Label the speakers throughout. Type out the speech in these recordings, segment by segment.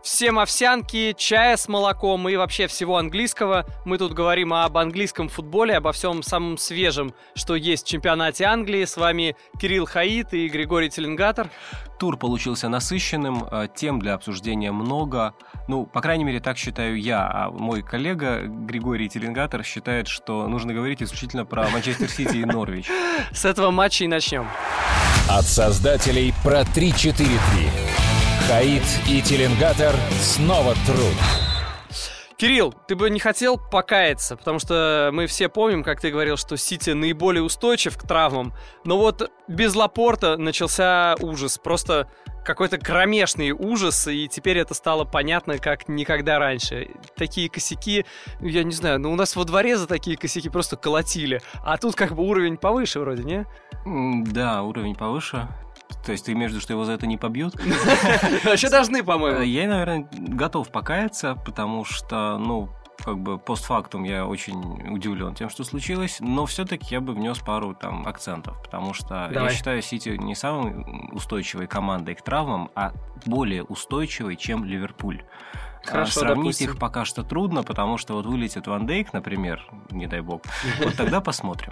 Speaker 1: Всем овсянки, чая с молоком и вообще всего английского. Мы тут говорим об английском футболе, обо всем самом свежем, что есть в чемпионате Англии. С вами Кирилл Хаит и Григорий Теленгатор.
Speaker 2: Тур получился насыщенным, тем для обсуждения много. Ну, по крайней мере, так считаю я. А мой коллега Григорий Теленгатор считает, что нужно говорить исключительно про Манчестер Сити и Норвич.
Speaker 1: С этого матча и начнем.
Speaker 3: От создателей про 3-4-3. Хаит и Теленгатор снова труд.
Speaker 1: Кирилл, ты бы не хотел покаяться, потому что мы все помним, как ты говорил, что Сити наиболее устойчив к травмам, но вот без Лапорта начался ужас, просто какой-то кромешный ужас, и теперь это стало понятно, как никогда раньше. Такие косяки, я не знаю, у нас во дворе за такие косяки просто колотили, а тут как бы уровень повыше вроде, не?
Speaker 2: Да, уровень повыше. То есть ты имеешь в виду, что его за это не побьют?
Speaker 1: Вообще должны, по-моему.
Speaker 2: Я, наверное, готов покаяться, потому что, постфактум я очень удивлен тем, что случилось, но все-таки я бы внес пару акцентов, потому что я считаю Сити не самой устойчивой командой к травмам, а более устойчивой, чем Ливерпуль.
Speaker 1: Хорошо,
Speaker 2: сравнить
Speaker 1: допустим.
Speaker 2: их пока что трудно, потому что вот вылетит Ван Дейк, например, не дай бог, вот тогда посмотрим,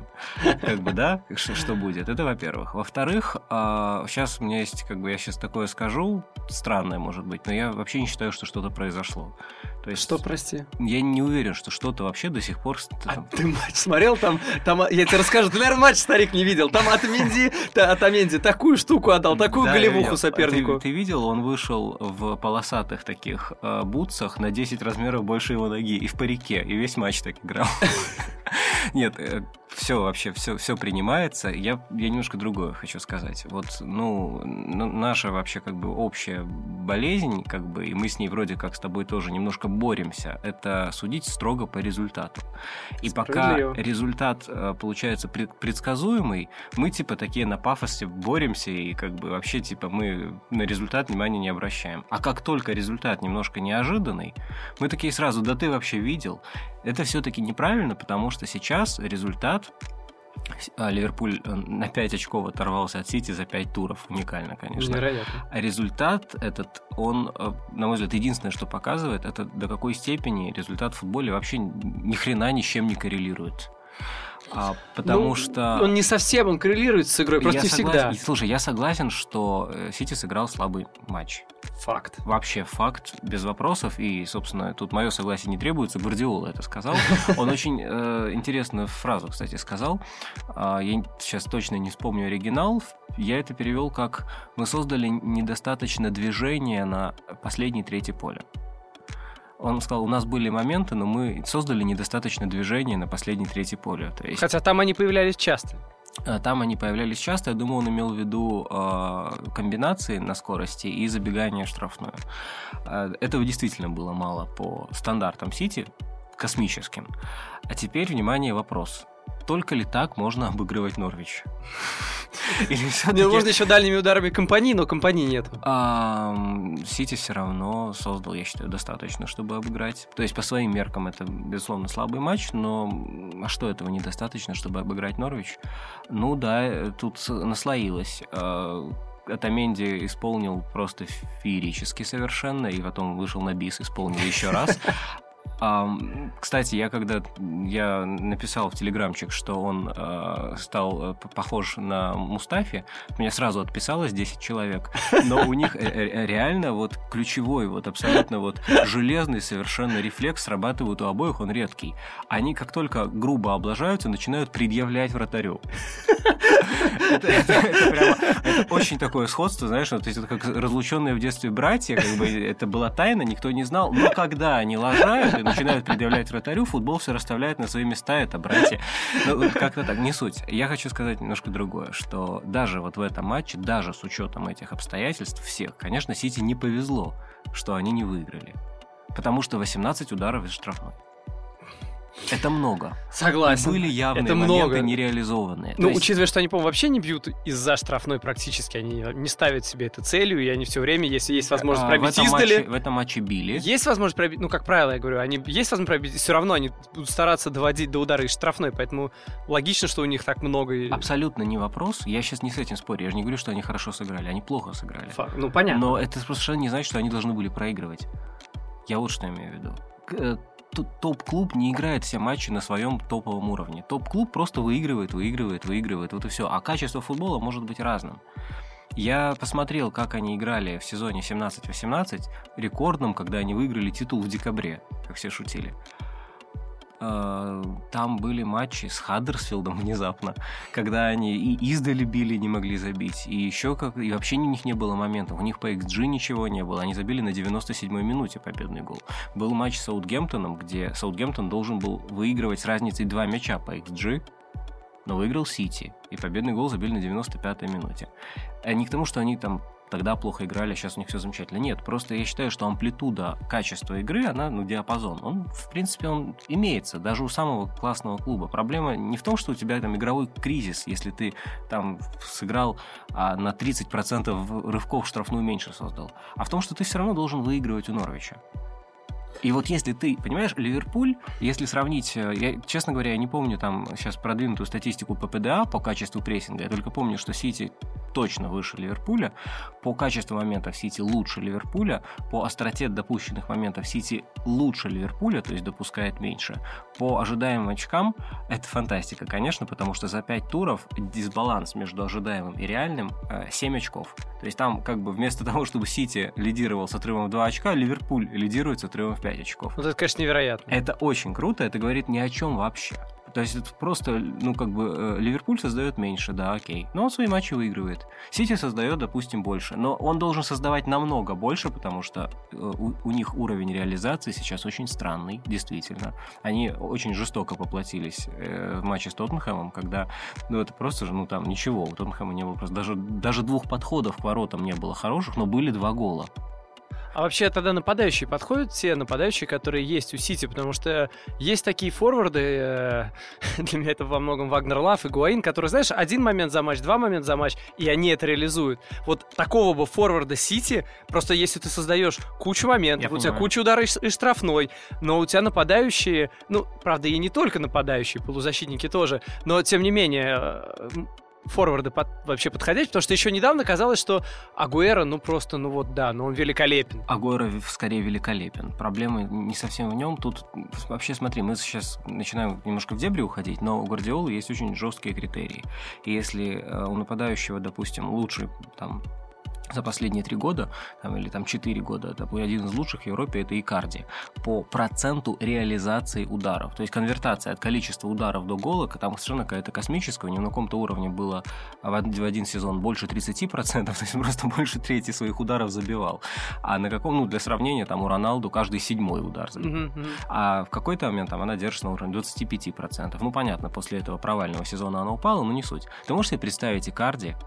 Speaker 2: что будет. Это во-первых. Во-вторых, сейчас у меня есть, я сейчас такое скажу, странное может быть, но я вообще не считаю, что что-то произошло. То есть,
Speaker 1: что, прости?
Speaker 2: Я не уверен, что что-то вообще до сих пор...
Speaker 1: Ты матч смотрел? Там, я тебе расскажу, ты, наверное, матч, старик, не видел. Там Отаменди такую штуку отдал, такую голевуху сопернику.
Speaker 2: Ты видел, он вышел в полосатых таких бутсах на 10 размеров больше его ноги и в парике, и весь матч так играл. Нет, все принимается. Я немножко другое хочу сказать. Вот, наша вообще общая болезнь, и мы с ней вроде как с тобой тоже немножко боремся, это судить строго по результату. И пока результат получается предсказуемый, мы такие на пафосе боремся и вообще мы на результат внимания не обращаем. А как только результат немножко неожиданный, мы такие сразу: да ты вообще видел? Это все-таки неправильно, потому что сейчас результат Ливерпуль на 5 очков оторвался от Сити за 5 туров. Уникально, конечно.
Speaker 1: Невероятно.
Speaker 2: А результат этот, он, на мой взгляд, единственное, что показывает, это до какой степени результат в футболе вообще ни хрена ни с чем не коррелирует. Потому что...
Speaker 1: Он не совсем, он коррелирует с игрой, просто не всегда.
Speaker 2: Слушай, я согласен, что Сити сыграл слабый матч.
Speaker 1: Факт.
Speaker 2: Вообще факт, без вопросов. И, собственно, тут мое согласие не требуется. Гвардиола это сказал. Он очень интересную фразу, кстати, сказал. Я сейчас точно не вспомню оригинал. Я это перевел как: мы создали недостаточно движения на последней трети поля. Он сказал: у нас были моменты, но мы создали недостаточно движения на последней трети поля. То есть...
Speaker 1: Хотя там они появлялись часто.
Speaker 2: Там они появлялись часто. Я думаю, он имел в виду комбинации на скорости и забегание в штрафную. Этого действительно было мало по стандартам Сити, космическим. А теперь, внимание, вопрос. Только ли так можно обыгрывать Норвич? Или все-таки...
Speaker 1: Можно еще дальними ударами Компани, но Компани нет.
Speaker 2: Сити все равно создал, я считаю, достаточно, чтобы обыграть. То есть, по своим меркам, это, безусловно, слабый матч, но что этого недостаточно, чтобы обыграть Норвич? Тут наслоилось. Отаменди исполнил просто феерически совершенно, и потом вышел на бис, исполнил еще раз. Кстати, я написал в телеграмчик, что он стал похож на Мустафи, мне сразу отписалось 10 человек, но у них реально ключевой, абсолютно железный совершенно рефлекс срабатывает у обоих, он редкий. Они как только грубо облажаются, начинают предъявлять вратарю. Это очень такое сходство, знаешь, как разлученные в детстве братья, это была тайна, никто не знал, но когда они лажают и начинают предъявлять вратарю, футбол все расставляет на свои места, это братья. Как-то так, не суть. Я хочу сказать немножко другое, что даже в этом матче, даже с учетом этих обстоятельств всех, конечно, Сити не повезло, что они не выиграли. Потому что 18 ударов из штрафной. Это много.
Speaker 1: Согласен.
Speaker 2: Были явные
Speaker 1: это
Speaker 2: моменты
Speaker 1: много.
Speaker 2: нереализованные.
Speaker 1: Ну, учитывая, что они, по-моему, вообще не бьют из-за штрафной практически, они не ставят себе это целью, и они все время, если есть возможность пробить издали...
Speaker 2: В этом матче били.
Speaker 1: Есть возможность пробить, ну, как правило, я говорю, они есть возможность пробить, все равно они будут стараться доводить до удара из штрафной, поэтому логично, что у них так много...
Speaker 2: Абсолютно не вопрос. Я сейчас не с этим спорю. Я же не говорю, что они хорошо сыграли. Они плохо сыграли.
Speaker 1: Ну, понятно.
Speaker 2: Но это совершенно не значит, что они должны были проигрывать. Я вот что имею в виду. Топ-клуб не играет все матчи на своем топовом уровне. Топ-клуб просто выигрывает, вот и все. А качество футбола может быть разным. Я посмотрел, как они играли в сезоне 17-18, рекордном, когда они выиграли титул в декабре, как все шутили. Там были матчи с Хаддерсфилдом внезапно, когда они и издали били, не могли забить, и еще и вообще у них не было моментов, у них по XG ничего не было, они забили на 97-й минуте победный гол. Был матч с Саутгемптоном, где Саутгемптон должен был выигрывать с разницей 2 мяча по XG, но выиграл Сити, и победный гол забили на 95-й минуте. Не к тому, что они там тогда плохо играли, а сейчас у них все замечательно. Нет, просто я считаю, что амплитуда качества игры, она, диапазон, он, в принципе, он имеется, даже у самого классного клуба. Проблема не в том, что у тебя там игровой кризис, если ты там сыграл на 30% рывков штрафную меньше создал, а в том, что ты все равно должен выигрывать у Норвича. И вот если ты, понимаешь, Ливерпуль, если сравнить, я, честно говоря, я не помню там сейчас продвинутую статистику по ПДА, по качеству прессинга, я только помню, что Сити точно выше Ливерпуля, по качеству моментов Сити лучше Ливерпуля, по остроте допущенных моментов Сити лучше Ливерпуля, то есть допускает меньше. По ожидаемым очкам это фантастика, конечно, потому что за 5 туров дисбаланс между ожидаемым и реальным 7 очков. То есть там как бы вместо того, чтобы Сити лидировал с отрывом в 2 очка, Ливерпуль лидирует с отрывом в 5 очков.
Speaker 1: Вот это, конечно, невероятно.
Speaker 2: Это очень круто, это говорит ни о чем вообще. То есть это просто, Ливерпуль создает меньше, да, окей. Но он свои матчи выигрывает. Сити создает, допустим, больше. Но он должен создавать намного больше, потому что у них уровень реализации сейчас очень странный, действительно. Они очень жестоко поплатились в матче с Тоттенхэмом, когда, это просто же, там ничего. У Тоттенхэма не было просто, даже 2 подходов к воротам не было хороших, но были 2 гола.
Speaker 1: А вообще тогда нападающие подходят, те нападающие, которые есть у Сити, потому что есть такие форварды, для меня это во многом Вагнер Лав и Гуаин, которые, знаешь, 1 момент за матч, 2 момента за матч, и они это реализуют. Вот такого бы форварда Сити, просто если ты создаешь кучу моментов, у тебя куча ударов из штрафной, но у тебя нападающие, правда, и не только нападающие, полузащитники тоже, но тем не менее... форварды вообще подходить, потому что еще недавно казалось, что Агуэро, он великолепен.
Speaker 2: Агуэро скорее великолепен. Проблема не совсем в нем. Тут вообще, смотри, мы сейчас начинаем немножко в дебри уходить, но у Гвардиолы есть очень жесткие критерии. И если у нападающего, допустим, лучший там за последние 3 года, или 4 года, один из лучших в Европе, это Икарди, по проценту реализации ударов. То есть конвертация от количества ударов до гола, там совершенно какая-то космическая, у него на каком-то уровне было в один сезон больше 30%, то есть он просто больше трети своих ударов забивал. А на каком, для сравнения, у Роналду каждый 7-й удар забивал. А в какой-то момент она держится на уровне 25%. Понятно, после этого провального сезона она упала, но не суть. Ты можешь себе представить Икарди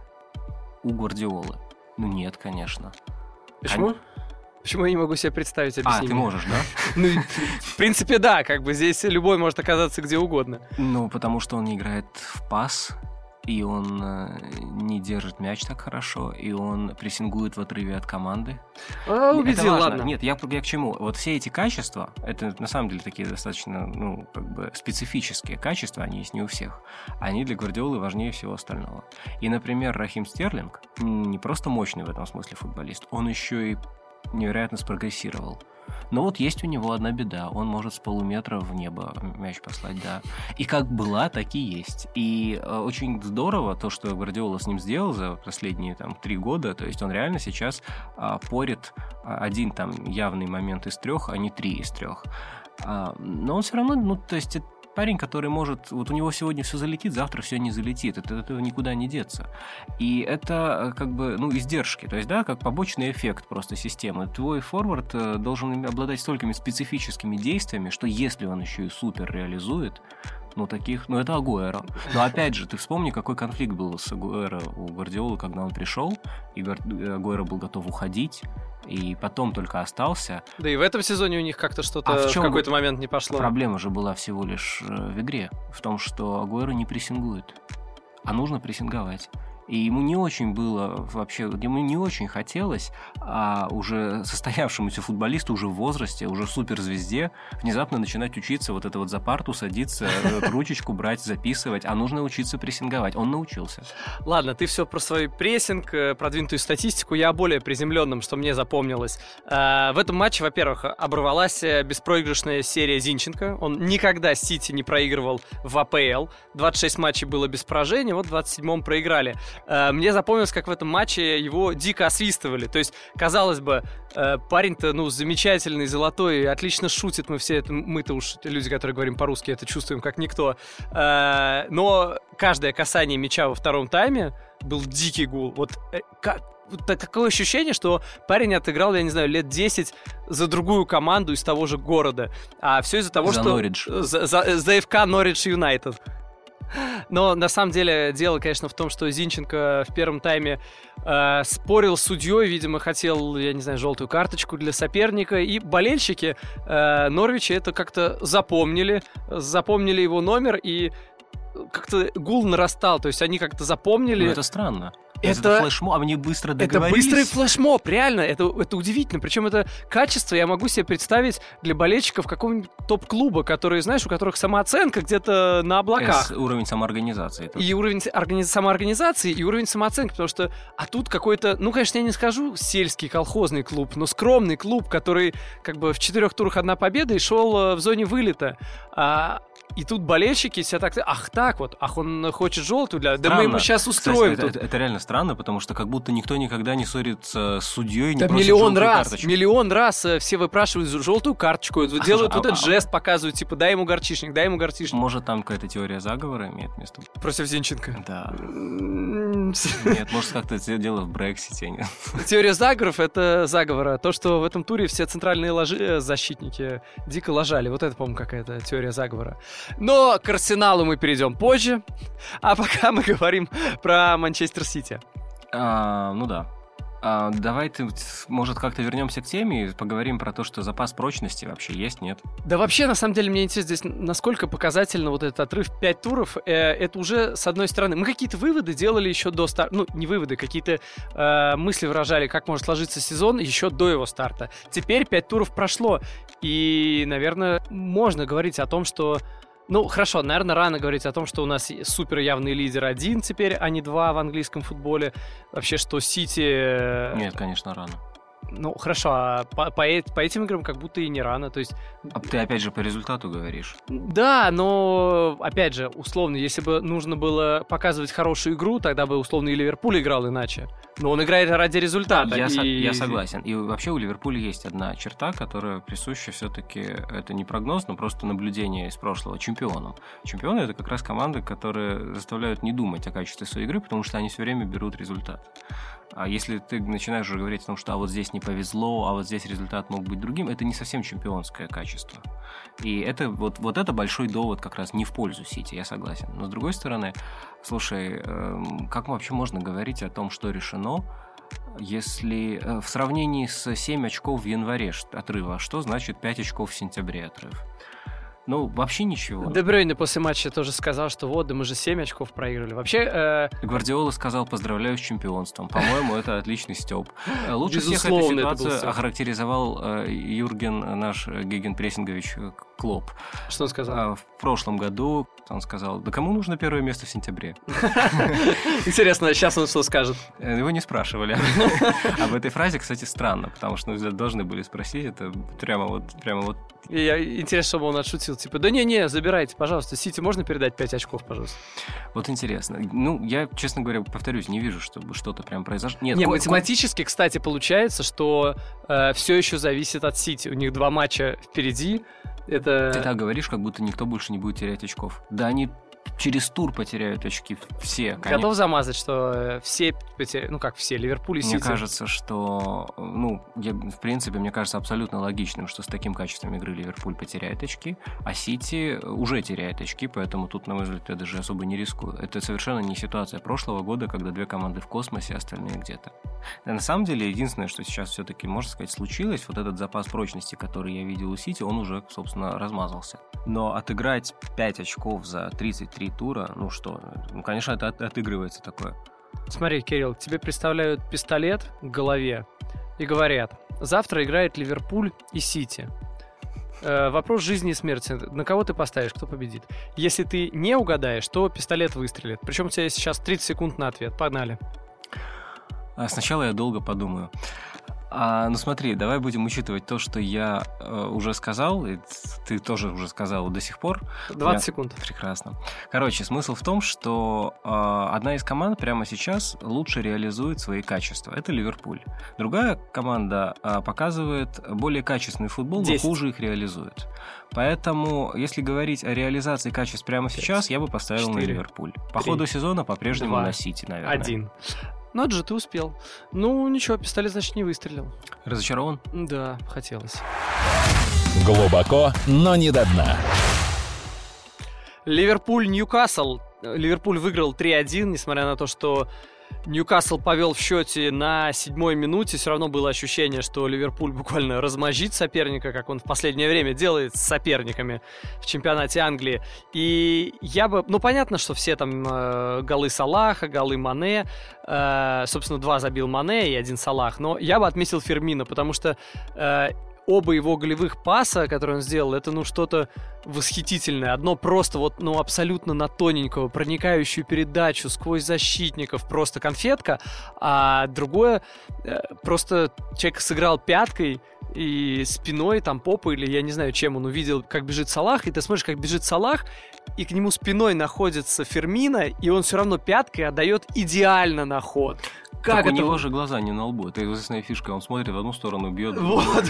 Speaker 2: у Гвардиолы? Нет, конечно.
Speaker 1: Почему? Почему я не могу себе представить? Объясни
Speaker 2: ты можешь, да?
Speaker 1: В принципе, да, здесь любой может оказаться где угодно.
Speaker 2: Потому что он не играет в пас, и он не держит мяч так хорошо, и он прессингует в отрыве от команды.
Speaker 1: Убедил, ладно.
Speaker 2: Нет, я к чему? Вот все эти качества, это на самом деле такие достаточно, специфические качества, они есть не у всех. Они для Гвардиолы важнее всего остального. И, например, Рахим Стерлинг не просто мощный в этом смысле футболист, он еще и невероятно спрогрессировал. Но есть у него одна беда. Он может с полуметра в небо мяч послать, да. И как была, так и есть. И очень здорово то, что Гвардиола с ним сделал за последние 3 года. То есть он реально сейчас порит один явный момент из 3, а не 3 из 3. Но он все равно, парень, который может... у него сегодня все залетит, завтра все не залетит. Это этого никуда не деться. И это издержки. То есть, как побочный эффект просто системы. Твой форвард должен обладать столькими специфическими действиями, что если он еще и супер реализует, Это Агуэро. Но опять же, ты вспомни, какой конфликт был с Агуэро у Гвардиолы, когда он пришел, и Агуэро был готов уходить, и потом только остался.
Speaker 1: Да и в этом сезоне у них как-то что-то в какой-то момент не пошло.
Speaker 2: Проблема же была всего лишь в игре, в том, что Агуэро не прессингует, а нужно прессинговать. И ему не очень хотелось уже состоявшемуся футболисту, уже в возрасте, уже в суперзвезде, внезапно начинать учиться за парту садиться, ручечку брать, записывать, а нужно учиться прессинговать. Он научился.
Speaker 1: Ладно, ты все про свой прессинг, продвинутую статистику, я о более приземленном, что мне запомнилось. В этом матче, во-первых, оборвалась беспроигрышная серия Зинченко. Он никогда Сити не проигрывал в АПЛ. 26 матчей было без поражения, вот в 27-м проиграли. Мне запомнилось, как в этом матче его дико освистывали. То есть, казалось бы, парень-то, замечательный, золотой, отлично шутит. Мы-то уж люди, которые говорим по-русски, это чувствуем как никто. Но каждое касание мяча во втором тайме был дикий гул. Такое ощущение, что парень отыграл, я не знаю, лет 10 за другую команду из того же города. А все из-за того,
Speaker 2: за
Speaker 1: что...
Speaker 2: Норридж.
Speaker 1: За ФК Норридж Юнайтед. Но на самом деле дело, конечно, в том, что Зинченко в первом тайме спорил с судьей, видимо, хотел, я не знаю, желтую карточку для соперника, и болельщики Норвича это как-то запомнили его номер, и как-то гул нарастал, то есть они как-то запомнили.
Speaker 2: Ну, это странно. Это флешмоб, они быстро договорились.
Speaker 1: Это быстрый флешмоб, реально, это удивительно. Причем это качество я могу себе представить для болельщиков какого-нибудь топ-клуба, которые, знаешь, у которых самооценка где-то на облаках.
Speaker 2: Уровень самоорганизации.
Speaker 1: И уровень самоорганизации, и уровень самооценки, потому что, а тут какой-то, конечно, я не скажу сельский колхозный клуб, но скромный клуб, который как бы в 4 турах 1 победа и шел в зоне вылета. И тут болельщики себя он хочет желтую, да мы ему сейчас устроим.
Speaker 2: Кстати, это реально странно, потому что как будто никто никогда не ссорится с судьей, не
Speaker 1: да
Speaker 2: просит желтую
Speaker 1: карточку. Миллион раз все выпрашивают желтую карточку, делают этот жест, показывают, типа, дай ему горчишник.
Speaker 2: Может, там какая-то теория заговора имеет место?
Speaker 1: Против Зинченко?
Speaker 2: Да. Нет, может, как-то это дело в Брексите.
Speaker 1: Теория заговоров — это заговора. То, что в этом туре все центральные защитники дико лажали. Вот это, по-моему, какая-то теория заговора. Но к Арсеналу мы перейдем позже. А пока мы говорим про Манчестер Сити.
Speaker 2: Да. Давай может, как-то вернемся к теме и поговорим про то, что запас прочности вообще есть, нет?
Speaker 1: Да вообще, на самом деле, мне интересно здесь, насколько показательно вот этот отрыв 5 туров. Это уже, с одной стороны, мы какие-то выводы делали еще до старта. Не выводы, какие-то мысли выражали, как может сложиться сезон еще до его старта. Теперь 5 туров прошло, и, наверное, можно говорить о том, что... хорошо, наверное, рано говорить о том, что у нас супер явный лидер 1 теперь, а не 2 в английском футболе. Вообще, что Сити...
Speaker 2: Нет, конечно, рано.
Speaker 1: Хорошо, а по этим играм как будто и не рано, то есть...
Speaker 2: А ты опять же по результату говоришь?
Speaker 1: Да, но, опять же, условно, если бы нужно было показывать хорошую игру, тогда бы, условно, и Ливерпуль играл иначе. Но он играет ради результата.
Speaker 2: Я согласен. И вообще у Ливерпуля есть одна черта, которая присуща все-таки, это не прогноз, но просто наблюдение из прошлого, чемпионам. Чемпионы — это как раз команды, которые заставляют не думать о качестве своей игры, потому что они все время берут результат. А если ты начинаешь уже говорить о том, что вот здесь не повезло, а вот здесь результат мог быть другим, это не совсем чемпионское качество. И это вот это большой довод как раз не в пользу Сити, я согласен. Но с другой стороны, слушай, как вообще можно говорить о том, что решено, если в сравнении с 7 очков в январе отрыва, что значит 5 очков в сентябре отрыв? Вообще ничего.
Speaker 1: Де Брюйне после матча тоже сказал, что да мы же 7 очков проиграли. Вообще...
Speaker 2: Гвардиола сказал: поздравляю с чемпионством. По-моему, это отличный стёб. Лучше всех эту ситуацию охарактеризовал Юрген, наш гегенпрессингович Клоп.
Speaker 1: Что он сказал?
Speaker 2: В прошлом году он сказал: да кому нужно первое место в сентябре?
Speaker 1: Интересно, сейчас он что скажет?
Speaker 2: Его не спрашивали. Об этой фразе, кстати, странно, потому что должны были спросить. Это прямо вот.
Speaker 1: Интересно, чтобы он отшутил. Типа, да не, забирайте, пожалуйста. Сити можно передать 5 очков, пожалуйста?
Speaker 2: Вот интересно. Я, честно говоря, повторюсь, не вижу, чтобы что-то прям произошло.
Speaker 1: Нет, математически, кстати, получается, что все еще зависит от Сити. У них 2 матча впереди.
Speaker 2: Ты так говоришь, как будто никто больше не будет терять очков. Да, они через тур потеряют очки все.
Speaker 1: Готов замазать, что все потеряют, ну как все, Ливерпуль и Сити?
Speaker 2: Мне кажется, что, в принципе, мне кажется абсолютно логичным, что с таким качеством игры Ливерпуль потеряет очки, а Сити уже теряет очки, поэтому тут, на мой взгляд, я даже особо не рискую. Это совершенно не ситуация прошлого года, когда две команды в космосе, а остальные где-то. Да, на самом деле, единственное, что сейчас все-таки, можно сказать, случилось, вот этот запас прочности, который я видел у Сити, он уже, собственно, размазался. Но отыграть 5 очков за 33 тура, конечно, это отыгрывается такое.
Speaker 1: Смотри, Кирилл, тебе представляют пистолет к голове и говорят: завтра играет Ливерпуль и Сити. Вопрос жизни и смерти. На кого ты поставишь, кто победит? Если ты не угадаешь, то пистолет выстрелит. Причем у тебя есть сейчас 30 секунд на ответ. Погнали.
Speaker 2: Сначала я долго подумаю. Смотри, давай будем учитывать то, что я уже сказал, и ты тоже уже сказал до сих пор.
Speaker 1: 20 секунд.
Speaker 2: Прекрасно. Короче, смысл в том, что одна из команд прямо сейчас лучше реализует свои качества. Это Ливерпуль. Другая команда показывает более качественный футбол,
Speaker 1: 10.
Speaker 2: но хуже их реализует. Поэтому, если говорить о реализации качеств прямо сейчас, я бы поставил
Speaker 1: 4,
Speaker 2: на Ливерпуль. По ходу сезона по-прежнему
Speaker 1: 2,
Speaker 2: на Сити, наверное.
Speaker 1: 1. Ну, Джи, ты успел. Ну, ничего, пистолет, значит, не выстрелил.
Speaker 2: Разочарован?
Speaker 1: Да, хотелось.
Speaker 3: Глубоко, но не до дна.
Speaker 1: Ливерпуль-Ньюкасл. Ливерпуль выиграл 3-1, несмотря на то, что Ньюкасл повел в счете на 7-й минуте. Все равно было ощущение, что Ливерпуль буквально размозжит соперника, как он в последнее время делает с соперниками в чемпионате Англии. И я бы... понятно, что все там голы Салаха, голы Мане. Собственно, 2 забил Мане и 1 Салах. Но я бы отметил Фермино, потому что... оба его голевых паса, которые он сделал, это, что-то восхитительное. Одно просто абсолютно на тоненького, проникающую передачу сквозь защитников, просто конфетка, а другое, просто человек сыграл пяткой и спиной, попой, или я не знаю, чем он увидел, как бежит Салах, и ты смотришь, как бежит Салах, и к нему спиной находится Фермино, и он все равно пяткой отдает идеально на ход.
Speaker 2: Как у него же глаза не на лбу. Это известная фишка. Он смотрит в одну сторону, бьет.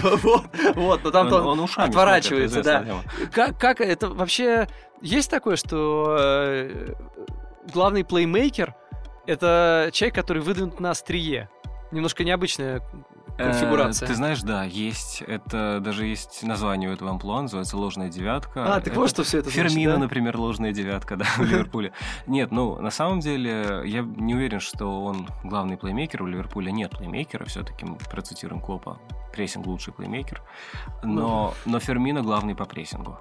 Speaker 1: Вот, но там он ушами отворачивается, да. Как это вообще... Есть такое, что главный плеймейкер — это человек, который выдвинут на острие. Немножко необычная конфигурация.
Speaker 2: Ты знаешь, да, есть. Это даже есть название у этого амплуа, называется «Ложная девятка».
Speaker 1: Так вот, что все это
Speaker 2: Фермино,
Speaker 1: значит, да?
Speaker 2: например, «Ложная девятка», да, в Ливерпуле. Нет, на самом деле, я не уверен, что он главный плеймейкер. У Ливерпуля нет плеймейкера, все-таки мы процитируем Клопа. Прессинг — лучший плеймейкер. Но Фермино главный по прессингу.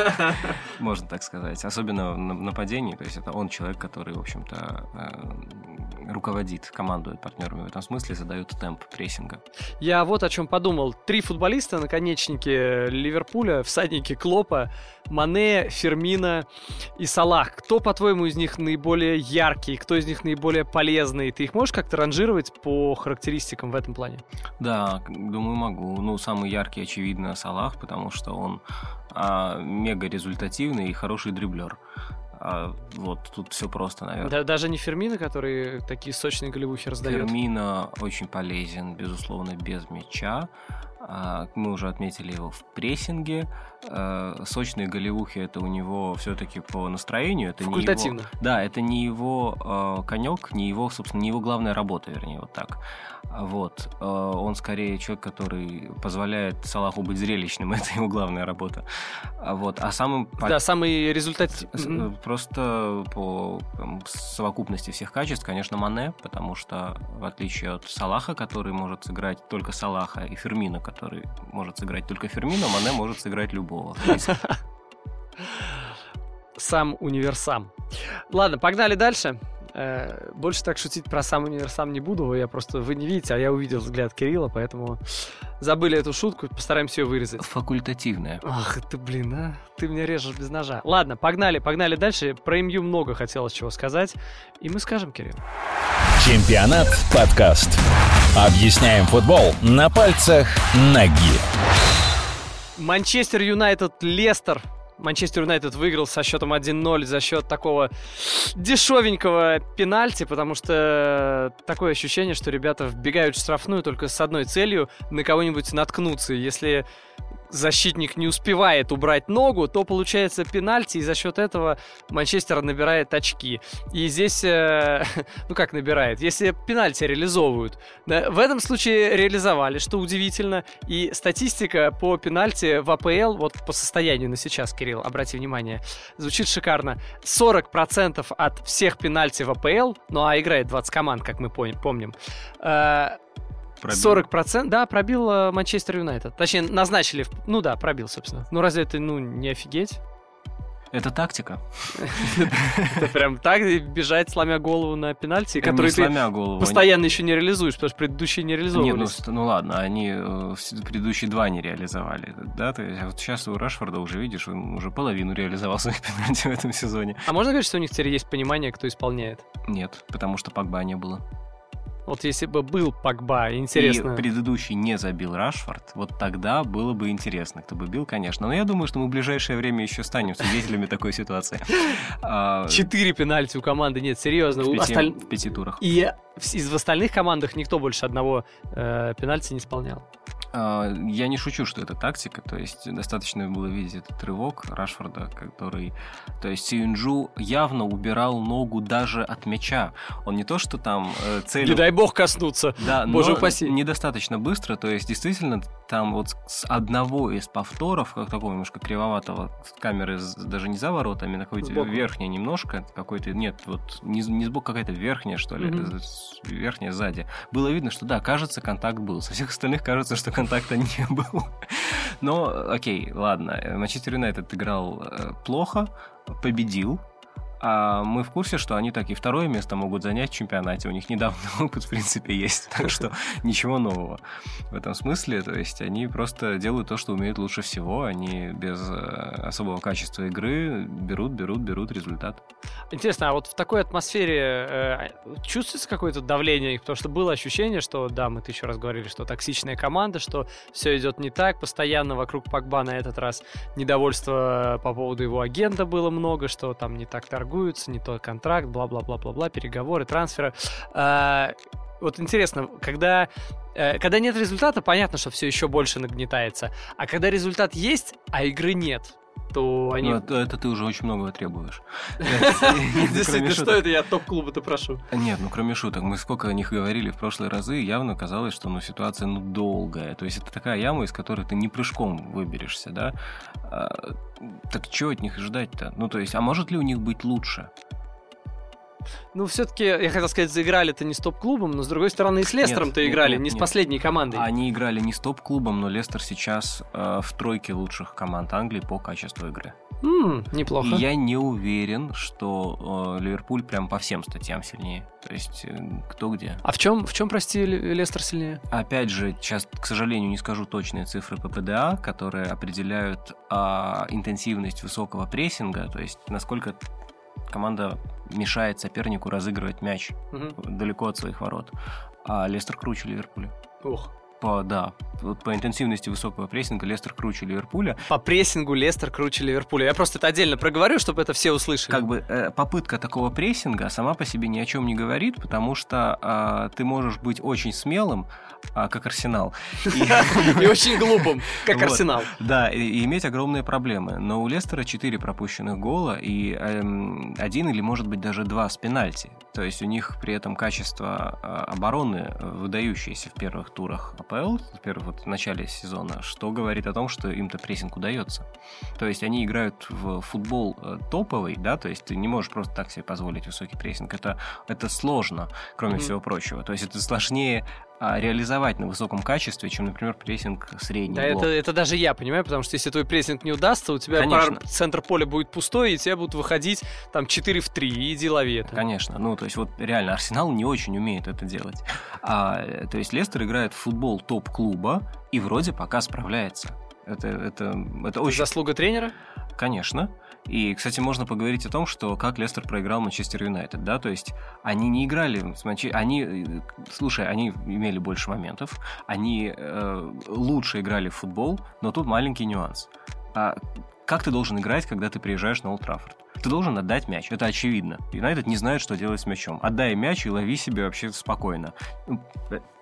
Speaker 2: Можно так сказать. Особенно в нападении. То есть это он человек, который, в общем-то, руководит, командует партнерами в этом смысле, задает темп прессинга.
Speaker 1: Я вот о чем подумал. 3 футболиста, наконечники Ливерпуля, всадники Клопа: Мане, Фермино и Салах. Кто, по-твоему, из них наиболее яркий? Кто из них наиболее полезный? Ты их можешь как-то ранжировать по характеристикам в этом плане?
Speaker 2: Да, думаю, могу. Самый яркий, очевидно, Салах, потому что он мега результативный и хороший дриблер. Вот тут все просто, наверное.
Speaker 1: Даже не Фермино, который такие сочные голевухи раздает?
Speaker 2: Фермино очень полезен, безусловно, без мяча. Мы уже отметили его в прессинге. Сочные голевухи — это у него все-таки по настроению. Это
Speaker 1: факультативно.
Speaker 2: Это не его конек, не его, собственно, не его главная работа, вернее, вот так. Он скорее человек, который позволяет Салаху быть зрелищным. Это его главная работа.
Speaker 1: Самый результативный.
Speaker 2: Просто по совокупности всех качеств, конечно, Мане, потому что, в отличие от Салаха, который может сыграть только Салаха, и Фермино, который может сыграть только Фермино, Мане может сыграть любого.
Speaker 1: Сам универсам. Ладно, погнали дальше. Больше так шутить про сам универсам не буду. Вы не видите, а я увидел взгляд Кирилла, поэтому забыли эту шутку, постараемся ее вырезать.
Speaker 2: Факультативная.
Speaker 1: Ах ты, ты меня режешь без ножа. Ладно, погнали дальше. Про МЮ много хотелось чего сказать, и мы скажем, Кирилл.
Speaker 3: Чемпионат подкаст. Объясняем футбол на пальцах ноги.
Speaker 1: Манчестер Юнайтед, Лестер. Манчестер Юнайтед выиграл со счетом 1-0 за счет такого дешевенького пенальти, потому что такое ощущение, что ребята вбегают в штрафную только с одной целью — на кого-нибудь наткнуться. Если защитник не успевает убрать ногу, то получается пенальти, и за счет этого Манчестер набирает очки. И здесь, ну как набирает, если пенальти реализовывают. В этом случае реализовали, что удивительно. И статистика по пенальти в АПЛ, вот по состоянию на сейчас, Кирилл, обрати внимание, звучит шикарно. 40% от всех пенальти в АПЛ, ну а играет 20 команд, как мы помним, 40%, да, пробил Манчестер Юнайтед. Точнее, назначили, ну да, пробил, собственно. Ну разве это, не офигеть?
Speaker 2: Это тактика.
Speaker 1: Это прям так бежать, сломя голову на пенальти, который ты постоянно еще не реализуешь, потому что предыдущие не реализовывались.
Speaker 2: Ну ладно, они предыдущие 2 не реализовали, да? То есть вот сейчас у Рашфорда уже, видишь, он уже половину реализовал своих пенальти в этом сезоне.
Speaker 1: А можно говорить, что у них теперь есть понимание, кто исполняет?
Speaker 2: Нет, потому что Погба не было.
Speaker 1: Вот если бы был Погба, интересно.
Speaker 2: И предыдущий не забил Рашфорд, вот тогда было бы интересно, кто бы бил, конечно. Но я думаю, что мы в ближайшее время еще станем свидетелями такой ситуации.
Speaker 1: 4 пенальти у команды нет, серьезно.
Speaker 2: В 5 турах.
Speaker 1: И в остальных командах никто больше одного пенальти не исполнял.
Speaker 2: Я не шучу, что это тактика, то есть достаточно было видеть этот рывок Рашфорда, который... То есть Сьюнджу явно убирал ногу даже от мяча. Он не то, что там целил...
Speaker 1: Не дай бог коснуться,
Speaker 2: да,
Speaker 1: боже
Speaker 2: но
Speaker 1: упаси.
Speaker 2: Недостаточно быстро, то есть действительно там вот с одного из повторов, как такого немножко кривоватого, камеры даже не за воротами, на какой-то верхняя немножко, какой-то, нет, вот не сбоку, какая-то верхняя, что ли, верхняя сзади. Было видно, что да, кажется, контакт был. Со всех остальных кажется, что контакта не было. Но, окей, ладно. Манчестер Юнайтед играл плохо, победил. А мы в курсе, что они так и 2-е место могут занять в чемпионате. У них недавний опыт, в принципе, есть. Так что ничего нового в этом смысле. То есть они просто делают то, что умеют лучше всего. Они без особого качества игры берут результат.
Speaker 1: Интересно, а вот в такой атмосфере чувствуется какое-то давление? Потому что было ощущение, что, да, мы 1000 раз говорили, что токсичная команда, что все идет не так. Постоянно вокруг Погба на этот раз недовольство по поводу его агента было много, что там не так торгуются, не тот контракт, бла-бла-бла-бла-бла, переговоры, трансферы. Вот интересно, когда нет результата, понятно, что все еще больше нагнетается. А когда результат есть, а игры нет, то они...
Speaker 2: Ну, это ты уже очень многого требуешь.
Speaker 1: Действительно, что это я от топ-клуба-то прошу?
Speaker 2: Нет, кроме шуток, мы сколько о них говорили в прошлые разы, явно казалось, что ситуация долгая. То есть это такая яма, из которой ты не прыжком выберешься, да? Так чего от них ждать-то? Ну, то есть, а может ли у них быть лучше?
Speaker 1: Ну, все-таки, я хотел сказать, заиграли-то не с топ-клубом, но, с другой стороны, и с Лестером-то играли, не с последней командой.
Speaker 2: Они играли не с топ-клубом, но Лестер сейчас в 3 лучших команд Англии по качеству игры.
Speaker 1: Неплохо.
Speaker 2: И я не уверен, что Ливерпуль прям по всем статьям сильнее. То есть, кто где.
Speaker 1: А в чем, прости, Лестер сильнее?
Speaker 2: Опять же, сейчас, к сожалению, не скажу точные цифры по ПДА, которые определяют интенсивность высокого прессинга, то есть, насколько команда мешает сопернику разыгрывать мяч далеко от своих ворот. А Лестер круче Ливерпуля. По интенсивности высокого прессинга Лестер круче Ливерпуля.
Speaker 1: По прессингу Лестер круче Ливерпуля. Я просто это отдельно проговорю, чтобы это все услышали.
Speaker 2: Попытка такого прессинга сама по себе ни о чем не говорит, потому что ты можешь быть очень смелым, как Арсенал.
Speaker 1: И очень глупым, как Арсенал.
Speaker 2: Да, и иметь огромные проблемы. Но у Лестера 4 пропущенных гола и 1 или, может быть, даже 2 с пенальти. То есть у них при этом качество обороны выдающееся в первых турах АПЛ, в начале сезона, что говорит о том, что им-то прессинг удается. То есть они играют в футбол топовый, да, то есть ты не можешь просто так себе позволить высокий прессинг. Это сложно, кроме всего прочего. То есть это сложнее реализовать на высоком качестве, чем, например, прессинг средний.
Speaker 1: Да, это даже я понимаю, потому что если твой прессинг не удастся, у тебя центр поля будет пустой, и тебя будут выходить там 4 в 3, и иди лови это.
Speaker 2: Конечно, то есть вот реально Арсенал не очень умеет это делать. То есть Лестер играет в футбол топ-клуба и вроде пока справляется. Это очень...
Speaker 1: Заслуга тренера?
Speaker 2: Конечно. И, кстати, можно поговорить о том, что как Лестер проиграл Манчестер Юнайтед, да, то есть они не играли с они имели больше моментов, они лучше играли в футбол, но тут маленький нюанс. Как ты должен играть, когда ты приезжаешь на Олд Траффорд? Ты должен отдать мяч, это очевидно. Юнайтед не знает, что делать с мячом. Отдай мяч и лови себе вообще спокойно.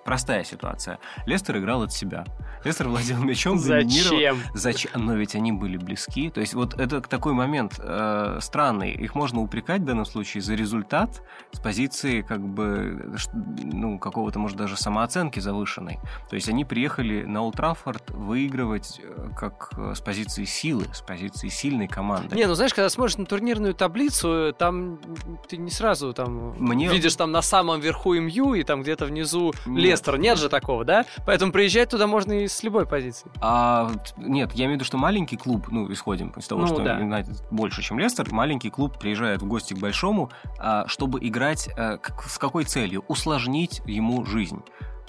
Speaker 2: простая ситуация. Лестер играл от себя. Лестер владел мячом, доминировал. Зачем? Но ведь они были близки. То есть вот это такой момент странный. Их можно упрекать в данном случае за результат с позиции как бы, ну, какого-то, может, даже самооценки завышенной. То есть они приехали на Олд Траффорд выигрывать как с позиции силы, с позиции сильной команды.
Speaker 1: Не, ну знаешь, когда смотришь на турнирную таблицу, там ты не сразу там видишь там на самом верху МЮ и там где-то внизу Лестер. Нет же такого, да? Поэтому приезжать туда можно и с любой позиции.
Speaker 2: Нет, я имею в виду, что маленький клуб, ну, исходим из того, что Юнайтед больше, чем Лестер, маленький клуб приезжает в гости к большому, чтобы играть с какой целью? Усложнить ему жизнь.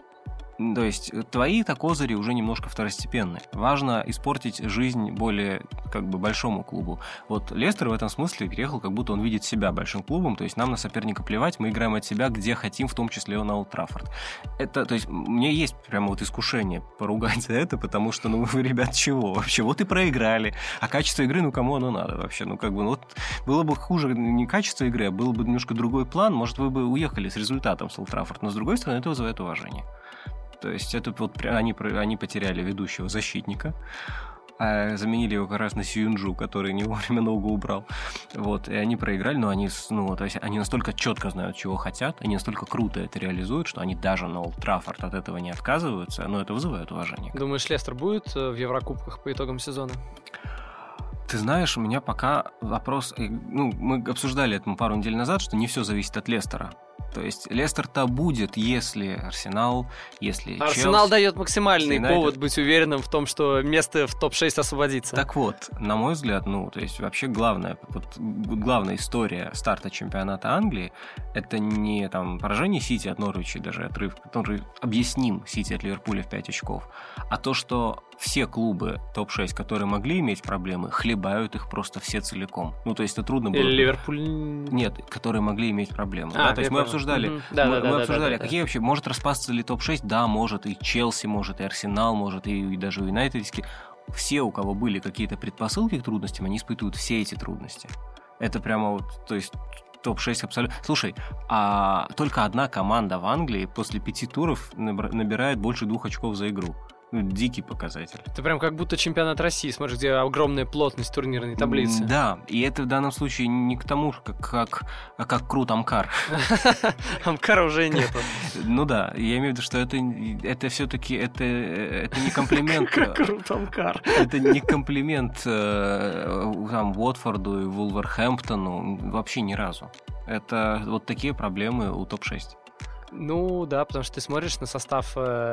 Speaker 2: То есть твои-то козыри уже немножко второстепенные. Важно испортить жизнь более как бы большому клубу. Вот Лестер в этом смысле приехал, как будто он видит себя большим клубом, то есть нам на соперника плевать, мы играем от себя, где хотим, в том числе на Олд Траффорд. Это, то есть, мне есть прямо вот искушение поругать за это, потому что, ну, вы, ребят, чего вообще? Вот и проиграли. А качество игры, ну, кому оно надо вообще? Ну, как бы, ну, вот было бы хуже не качество игры, а был бы немножко другой план, может, вы бы уехали с результатом с Олд Траффорд, но, с другой стороны, это вызывает уважение. То есть это вот они потеряли ведущего защитника, заменили его как раз на Сьюнджу, который не вовремя ногу убрал. Вот, и они проиграли, но они, ну, то есть они настолько четко знают, чего хотят, они настолько круто это реализуют, что они даже на Олд Траффорд от этого не отказываются, но это вызывает уважение.
Speaker 1: Думаешь, Лестер будет в Еврокубках по итогам сезона?
Speaker 2: Ты знаешь, у меня пока вопрос... Ну, мы обсуждали это пару недель назад, что не все зависит от Лестера. То есть Лестер-то будет, если Арсенал, если Челси...
Speaker 1: Арсенал дает максимальный повод быть уверенным в том, что место в топ-6 освободится.
Speaker 2: Так вот, на мой взгляд, ну, то есть вообще главная история старта чемпионата Англии — это не там поражение Сити от Норвича, даже отрыв, который объясним Сити от Ливерпуля в 5 очков, а то, что все клубы топ-6, которые могли иметь проблемы, хлебают их просто все целиком. Ну, то есть это трудно было...
Speaker 1: Или Ливерпуль...
Speaker 2: Нет, которые могли иметь проблемы. То есть мы обсуждали, мы обсуждали, какие вообще... Может распасться ли топ-6? Да, может. И Челси может, и Арсенал может, и даже Юнайтедский. Все, у кого были какие-то предпосылки к трудностям, они испытывают все эти трудности. Это прямо вот... То есть... Топ-6 абсолютно... Слушай, только одна команда в Англии после 5 туров набирает больше 2 очков за игру. Ну, дикий показатель.
Speaker 1: Это прям как будто чемпионат России, смотришь, где огромная плотность турнирной таблицы.
Speaker 2: Да, и это в данном случае не к тому, как крут Амкар.
Speaker 1: Амкара уже нету.
Speaker 2: Ну да, я имею в виду, что это все-таки это не комплимент.
Speaker 1: Как крут Амкар.
Speaker 2: Это не комплимент там Уотфорду и Вулверхэмптону вообще ни разу. Это вот такие проблемы у топ-6.
Speaker 1: Ну да, потому что ты смотришь на состав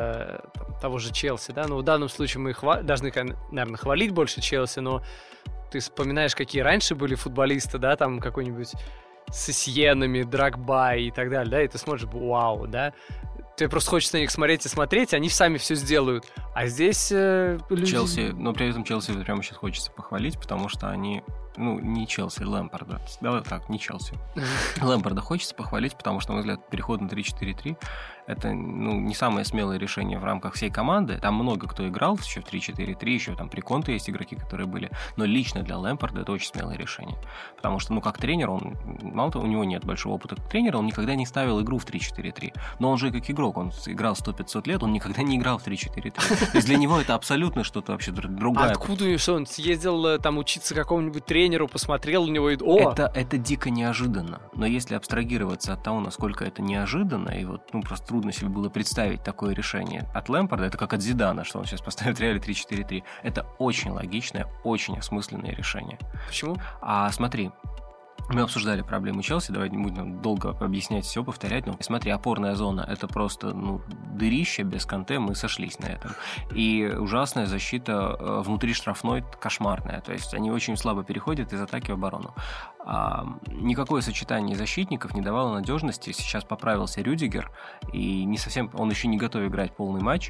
Speaker 1: того же Челси, да, ну в данном случае мы должны, наверное, хвалить больше Челси, но ты вспоминаешь, какие раньше были футболисты, да, там какой-нибудь с Сиенами, Дрогба и так далее, да, и ты смотришь, вау, да, тебе просто хочется на них смотреть и смотреть, они сами все сделают, а здесь люди...
Speaker 2: Челси, но при этом Челси прямо сейчас хочется похвалить, потому что они... Ну, не Челси, Лэмпарда. Давай так, не Челси. Лэмпарда хочется похвалить, потому что, на мой взгляд, переход на 3-4-3 — это, ну, не самое смелое решение в рамках всей команды. Там много кто играл еще в 3-4-3, еще там при Конте есть игроки, которые были. Но лично для Лэмпарда это очень смелое решение. Потому что, ну, как тренер, он, мало того, у него нет большого опыта как тренера, он никогда не ставил игру в 3-4-3. Но он же и как игрок, он играл 100-500 лет, он никогда не играл в 3-4-3. То есть для него это абсолютно что-то вообще другое.
Speaker 1: Откуда, что он съездил там учиться какому-нибудь тренеру, посмотрел у него и...
Speaker 2: Это дико неожиданно. Но если абстрагироваться от того, насколько это неожиданно, и вот, ну, просто трудно себе было представить такое решение от Лэмпарда, это как от Зидана, что он сейчас поставит в Реале 3-4-3. Это очень логичное, очень осмысленное решение.
Speaker 1: Почему?
Speaker 2: Смотри, мы обсуждали проблему Челси, давай не будем долго объяснять все, повторять, но смотри, опорная зона — это просто, ну, дырище, без Канте, мы сошлись на этом. И ужасная защита внутри штрафной кошмарная, то есть они очень слабо переходят из атаки в оборону. Никакое сочетание защитников не давало надежности. Сейчас поправился Рюдигер, и не совсем, он еще не готов играть полный матч,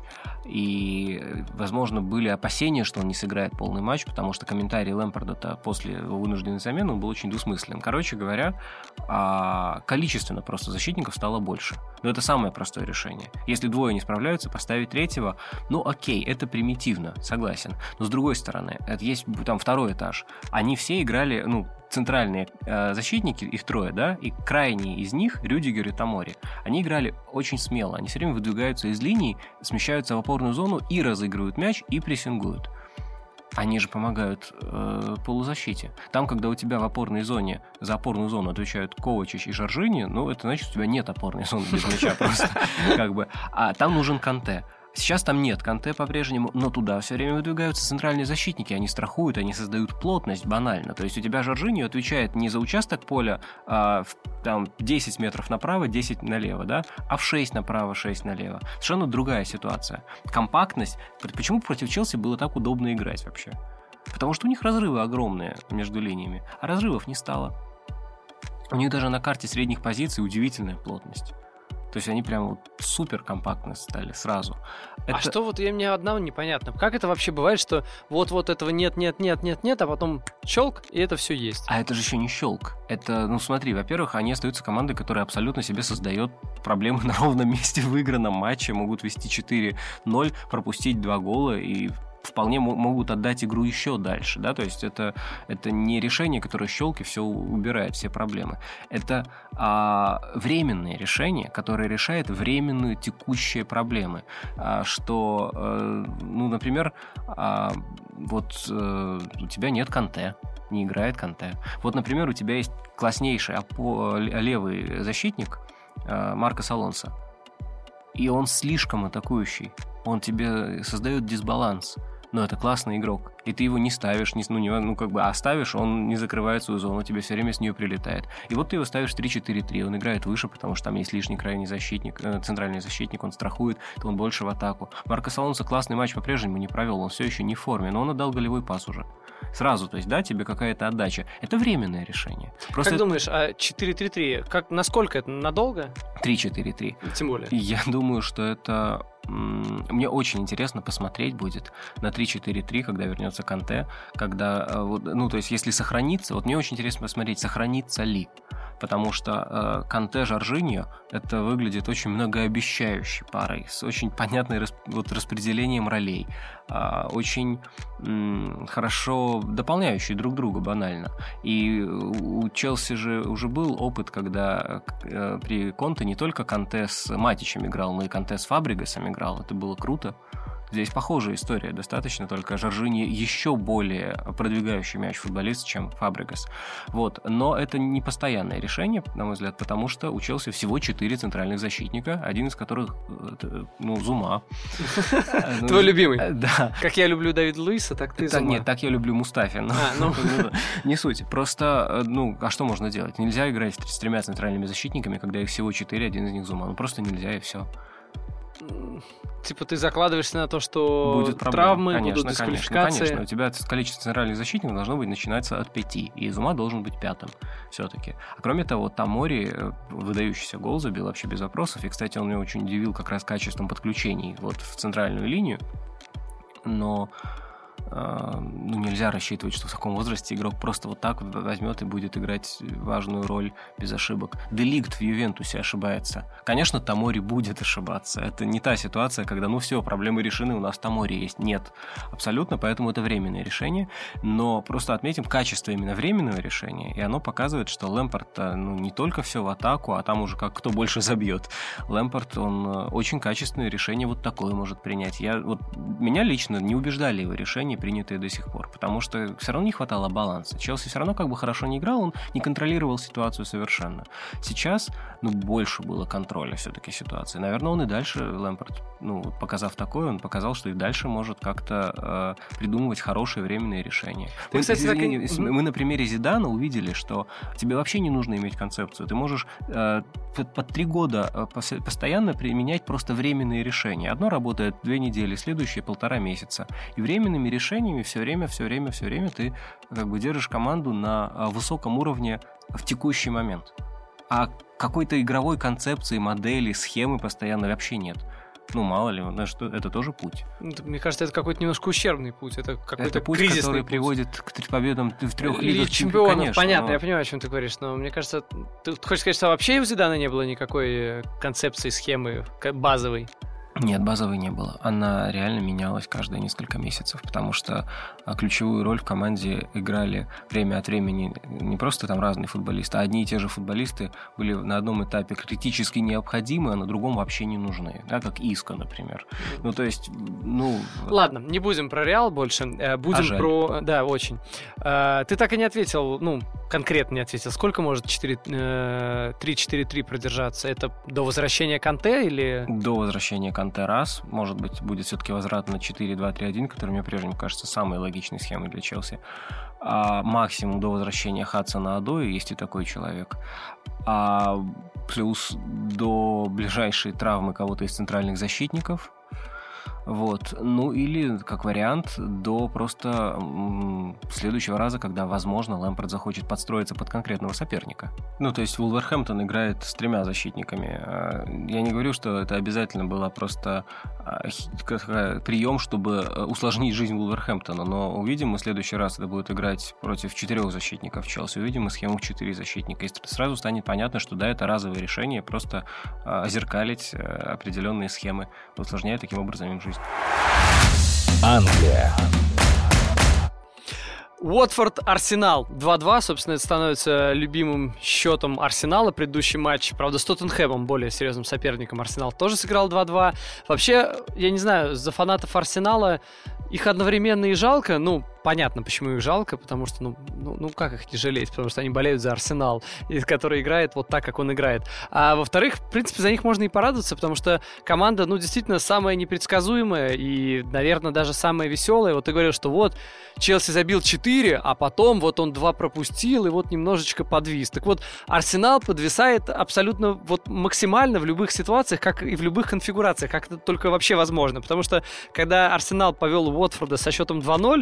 Speaker 2: и, возможно, были опасения, что он не сыграет полный матч, потому что комментарий Лэмпарда-то после вынужденной замены был очень двусмыслен. Короче говоря, количественно просто защитников стало больше. Но это самое простое решение. Если двое не справляются, поставить третьего, окей, это примитивно, согласен. Но с другой стороны, это есть там второй этаж. Они все играли, центральные защитники, их трое, да, и крайние из них, Рюдигер и Томори, они играли очень смело. Они все время выдвигаются из линий, смещаются в опорную зону и разыгрывают мяч, и прессингуют. Они же помогают полузащите. Там, когда у тебя в опорной зоне за опорную зону отвечают Ковачич и Жоржини, это значит, у тебя нет опорной зоны без мяча просто. А там нужен Канте. Сейчас там нет Канте по-прежнему, но туда все время выдвигаются центральные защитники, они страхуют, они создают плотность банально. То есть у тебя Жоржини отвечает не за участок поля, там 10 метров направо, 10 налево, да, а в 6 направо, 6 налево. Совершенно другая ситуация. Компактность. Почему против Челси было так удобно играть вообще? Потому что у них разрывы огромные между линиями, а разрывов не стало. У них даже на карте средних позиций удивительная плотность. То есть они прям супер компактно стали сразу.
Speaker 1: А что мне одного непонятно. Как это вообще бывает, что вот этого нет, а потом щелк, и это все есть?
Speaker 2: А это же еще не щелк. Это, смотри, во-первых, они остаются командой, которая абсолютно себе создает проблемы на ровном месте в выигранном матче, могут вести 4-0, пропустить 2 гола и вполне могут отдать игру еще дальше, да, то есть это не решение, которое щелк и все убирает, все проблемы. Это временное решение, которое решает временные текущие проблемы, что, например, у тебя нет Канте, не играет Канте. Вот, например, у тебя есть класснейший левый защитник Маркос Алонсо, и он слишком атакующий, он тебе создает дисбаланс. Но это классный игрок, и ты его не ставишь, а ставишь, он не закрывает свою зону, тебе все время с нее прилетает. И вот ты его ставишь 3-4-3, он играет выше, потому что там есть лишний крайний защитник, центральный защитник, он страхует, то он больше в атаку. Маркос Алонсо классный матч по-прежнему не провел, он все еще не в форме, но он отдал голевой пас уже. Сразу, то есть, да, тебе какая-то отдача. Это временное решение. Просто
Speaker 1: как думаешь, 4-3-3, насколько это, надолго?
Speaker 2: 3-4-3.
Speaker 1: Тем более.
Speaker 2: Я думаю, что это... Мне очень интересно посмотреть будет на 3-4-3, когда вернется Канте, когда, то есть, если сохранится, мне очень интересно посмотреть, сохранится ли. Потому что Канте Жоржиньо это выглядит очень многообещающей парой, с очень понятным распределением ролей, очень хорошо дополняющие друг друга банально. И у Челси же уже был опыт, когда при Конте не только Канте с Матичем играл, но и Канте с Фабрегасом играл. Это было круто. Здесь похожая история достаточно, только Жоржини еще более продвигающий мяч футболист, чем Фабрегас. Но это не постоянное решение, на мой взгляд, потому что у Челси всего 4 центральных защитника, один из которых, Зума.
Speaker 1: Твой любимый?
Speaker 2: Да.
Speaker 1: Как я люблю Давида Луиса, так ты Зума.
Speaker 2: Нет, так я люблю Мустафи. Не суть. Просто, а что можно делать? Нельзя играть с 3 центральными защитниками, когда их всего 4, один из них Зума. Просто нельзя, и все.
Speaker 1: Типа ты закладываешься на то, что будут травмы, будут дисквалификации.
Speaker 2: Конечно, у тебя количество центральных защитников должно быть начинаться от 5, и Зума должен быть 5 все-таки. А кроме того, Томори выдающийся гол забил вообще без вопросов, и, кстати, он меня очень удивил как раз качеством подключений в центральную линию, но нельзя рассчитывать, что в таком возрасте игрок просто вот так возьмет и будет играть важную роль без ошибок. Де Лигт в Ювентусе ошибается. Конечно, Томори будет ошибаться. Это не та ситуация, когда, все, проблемы решены, у нас Томори есть. Нет, абсолютно, поэтому это временное решение. Но просто отметим качество именно временного решения, и оно показывает, что Лэмпард, не только все в атаку, а там уже как кто больше забьет. Лэмпард, он очень качественное решение вот такое может принять. Меня лично не убеждали его решения, принятые до сих пор, потому что все равно не хватало баланса. Челси все равно как бы хорошо не играл, он не контролировал ситуацию совершенно. Сейчас, больше было контроля все-таки ситуации. Наверное, он и дальше, Лэмпард, показав такое, он показал, что и дальше может как-то придумывать хорошие временные решения. Мы на примере Зидана увидели, что тебе вообще не нужно иметь концепцию. Ты можешь по 3 года постоянно применять просто временные решения. Одно работает 2 недели, следующее 1,5 месяца. И временными решениями все время ты как бы держишь команду на высоком уровне в текущий момент. А какой-то игровой концепции, модели, схемы постоянно вообще нет. Ну, мало ли, это тоже путь.
Speaker 1: Мне кажется, это какой-то немножко ущербный путь. Это какой-то
Speaker 2: путь,
Speaker 1: кризисный
Speaker 2: который
Speaker 1: путь.
Speaker 2: Приводит к победам в 3 лигах
Speaker 1: чемпионов.
Speaker 2: Конечно,
Speaker 1: понятно, я понимаю, о чем ты говоришь, но мне кажется, ты хочешь сказать, что вообще у Зидана не было никакой концепции, схемы базовой?
Speaker 2: Нет, базовой не было. Она реально менялась каждые несколько месяцев, потому что ключевую роль в команде играли время от времени не просто там разные футболисты, а одни и те же футболисты были на одном этапе критически необходимы, а на другом вообще не нужны. Да, как Иско, например. Ну, то есть,
Speaker 1: Ладно, не будем про Реал больше. Будем про... Да, очень. Ты так и не ответил, конкретно не ответил. Сколько может 3-4-3 продержаться? Это до возвращения Канте или...
Speaker 2: До возвращения Канте раз. Может быть, будет все-таки возврат на 4-2-3-1, который мне прежде кажется самой логичной схемой для Челси. А максимум до возвращения Хадсона-Одои, есть и такой человек. А плюс до ближайшей травмы кого-то из центральных защитников. Вот. Ну, или, как вариант, до просто следующего раза, когда, возможно, Лэмпард захочет подстроиться под конкретного соперника. Ну, то есть Вулверхэмптон играет с 3 защитниками. Я не говорю, что это обязательно было просто прием, чтобы усложнить жизнь Вулверхэмптона, но увидим мы в следующий раз, это будет играть против 4 защитников Челси, увидим мы схему в 4 защитника, и сразу станет понятно, что да, это разовое решение, просто озеркалить определенные схемы, усложняя таким образом им жизнь.
Speaker 3: Англия.
Speaker 1: Уотфорд-Арсенал 2-2, собственно, это становится любимым счетом Арсенала, предыдущий матч, правда, с Тоттенхэмом, более серьезным соперником. Арсенал тоже сыграл 2-2. Вообще, я не знаю, за фанатов Арсенала их одновременно и жалко, понятно, почему их жалко, потому что, как их не жалеть, потому что они болеют за Арсенал, который играет вот так, как он играет. А во-вторых, в принципе, за них можно и порадоваться, потому что команда, действительно, самая непредсказуемая и, наверное, даже самая веселая. Вот ты говорил, что вот, Челси забил 4, а потом вот он 2 пропустил и вот немножечко подвис. Так вот, Арсенал подвисает абсолютно максимально в любых ситуациях, как и в любых конфигурациях, как это только вообще возможно. Потому что, когда Арсенал повел Уотфорда со счетом 2-0,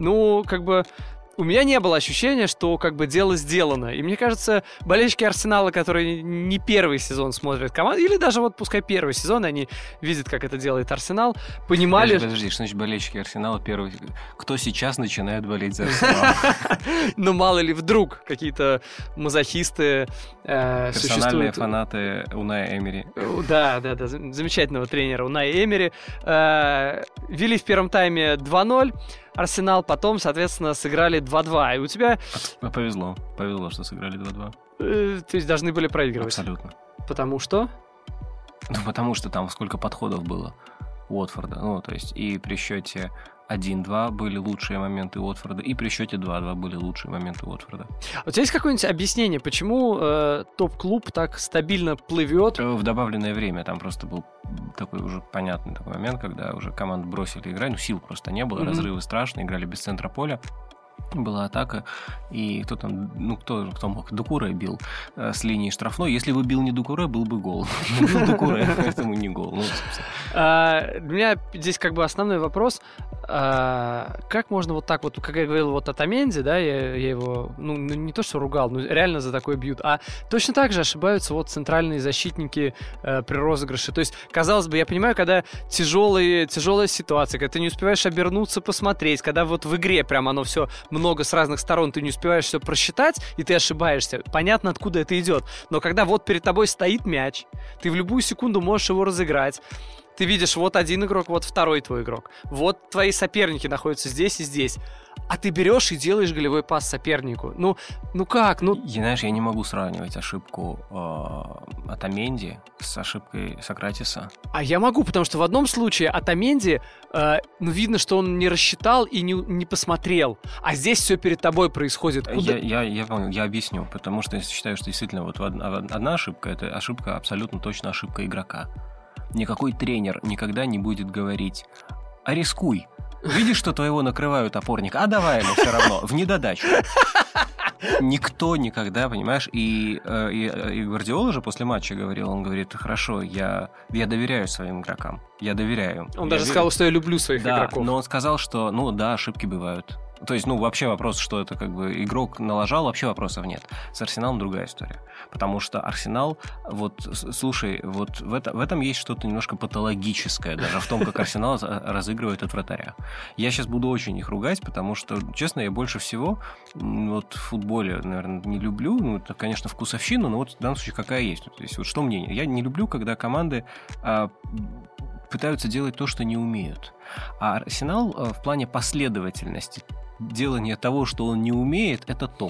Speaker 1: у меня не было ощущения, что дело сделано. И мне кажется, болельщики Арсенала, которые не первый сезон смотрят команду, или даже пускай первый сезон, они видят, как это делает Арсенал, понимали...
Speaker 2: Подожди, что значит болельщики Арсенала первый? Кто сейчас начинает болеть за Арсенал?
Speaker 1: Мало ли вдруг какие-то мазохисты
Speaker 2: персональные фанаты Уная Эмери.
Speaker 1: Да, замечательного тренера Уная Эмери. Вели в первом тайме 2-0. Арсенал, потом, соответственно, сыграли 2-2. И у тебя...
Speaker 2: Повезло, что сыграли 2-2.
Speaker 1: То есть должны были проигрывать?
Speaker 2: Абсолютно.
Speaker 1: Потому что?
Speaker 2: Потому что там сколько подходов было у Уотфорда. То есть и при счете 1-2 были лучшие моменты Уотфорда, и при счете 2-2 были лучшие моменты Уотфорда. У
Speaker 1: тебя есть какое-нибудь объяснение, почему топ-клуб так стабильно плывет?
Speaker 2: В добавленное время там просто был такой уже понятный такой момент, когда уже команды бросили играть, сил просто не было, разрывы страшные, играли без центра поля. Была атака, и кто мог? Дукуре бил с линии штрафной. Если бы бил не Дукуре, был бы гол. Дукуре, поэтому не гол.
Speaker 1: У меня здесь основной вопрос. Как можно как я говорил, Отаменди, да, я его, не то что ругал, но реально за такое бьют. А точно так же ошибаются центральные защитники при розыгрыше. То есть, казалось бы, я понимаю, когда тяжелая ситуация, когда ты не успеваешь обернуться, посмотреть, когда в игре прям оно все много с разных сторон, ты не успеваешь все просчитать, и ты ошибаешься. Понятно, откуда это идет. Но когда перед тобой стоит мяч, ты в любую секунду можешь его разыграть. Ты видишь, один игрок, второй твой игрок. Твои соперники находятся здесь и здесь. А ты берешь и делаешь голевой пас сопернику. Как?
Speaker 2: Я не могу сравнивать ошибку Отаменди с ошибкой Сократиса.
Speaker 1: А я могу, потому что в одном случае Отаменди, видно, что он не рассчитал и не посмотрел. А здесь все перед тобой происходит.
Speaker 2: Я понял, я объясню. Потому что я считаю, что действительно одна ошибка, это ошибка, абсолютно точно ошибка игрока. Никакой тренер никогда не будет говорить: а рискуй. Видишь, что твоего накрывают опорника? А давай ему все равно, в недодачу. Никто никогда, понимаешь? И Гвардиола же после матча говорил, он говорит: хорошо, я доверяю своим игрокам, я доверяю.
Speaker 1: Он даже сказал, что я люблю своих игроков.
Speaker 2: Но он сказал, что, ошибки бывают. То есть, вообще вопрос, что это как бы игрок налажал, вообще вопросов нет. С Арсеналом другая история. Потому что Арсенал, слушай, в этом есть что-то немножко патологическое, даже в том, как Арсенал разыгрывает от вратаря. Я сейчас буду очень их ругать, потому что, честно, я больше всего в футболе, наверное, не люблю, это, конечно, вкусовщина, но в данном случае какая есть. То есть, что мнение? Я не люблю, когда команды пытаются делать то, что не умеют. А Арсенал в плане последовательности делание того, что он не умеет, это топ.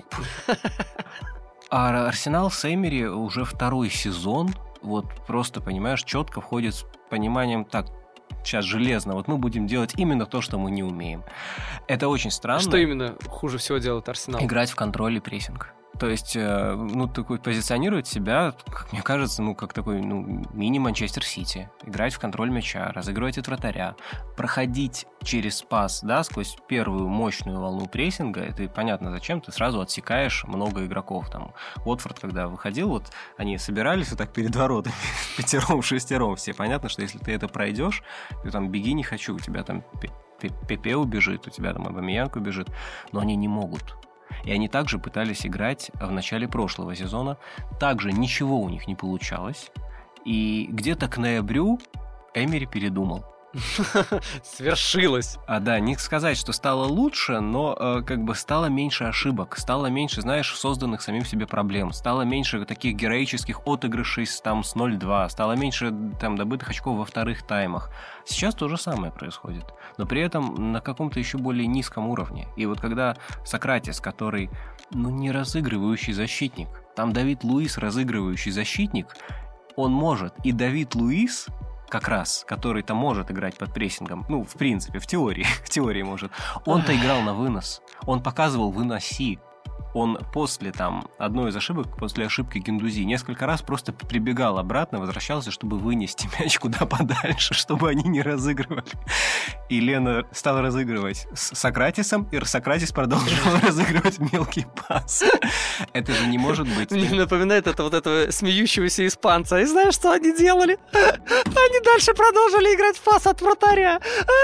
Speaker 2: А Арсенал с Эмери уже второй сезон, просто, понимаешь, четко входит с пониманием, так, сейчас железно, мы будем делать именно то, что мы не умеем. Это очень странно.
Speaker 1: Что именно хуже всего делает Арсенал?
Speaker 2: Играть в контроль и прессинг. То есть, такой позиционировать себя, как мне кажется, как такой, мини-Манчестер Сити. Играть в контроль мяча, разыгрывать от вратаря, проходить через пас, да, сквозь первую мощную волну прессинга. Это понятно зачем, ты сразу отсекаешь много игроков. Там Уотфорд, когда выходил, они собирались так перед воротами, 5-6 все. Понятно, что если ты это пройдешь, ты там беги не хочу, у тебя там Пепе убежит, у тебя там Абамеянг убежит, но они не могут. И они также пытались играть в начале прошлого сезона. Также ничего у них не получалось. И где-то к ноябрю Эмери передумал.
Speaker 1: Свершилось.
Speaker 2: Да, не сказать, что стало лучше, но стало меньше ошибок, стало меньше, созданных самим себе проблем, стало меньше таких героических отыгрышей с 0-2, стало меньше добытых очков во вторых таймах. Сейчас то же самое происходит, но при этом на каком-то еще более низком уровне. И когда Сократис, который, не разыгрывающий защитник, там Давид Луис разыгрывающий защитник, он может, и Давид Луис как раз, который-то может играть под прессингом, в принципе, в теории может. Он-то играл на вынос, он показывал «выноси». Он после одной из ошибок, после ошибки Гендузи, несколько раз просто прибегал обратно, возвращался, чтобы вынести мяч куда подальше, чтобы они не разыгрывали. И Лена стал разыгрывать с Сократисом, и Сократис продолжил разыгрывать мелкий пас. Это же не может быть.
Speaker 1: Мне напоминает этого смеющегося испанца. И знаешь, что они делали? Они дальше продолжили играть в пас от вратаря.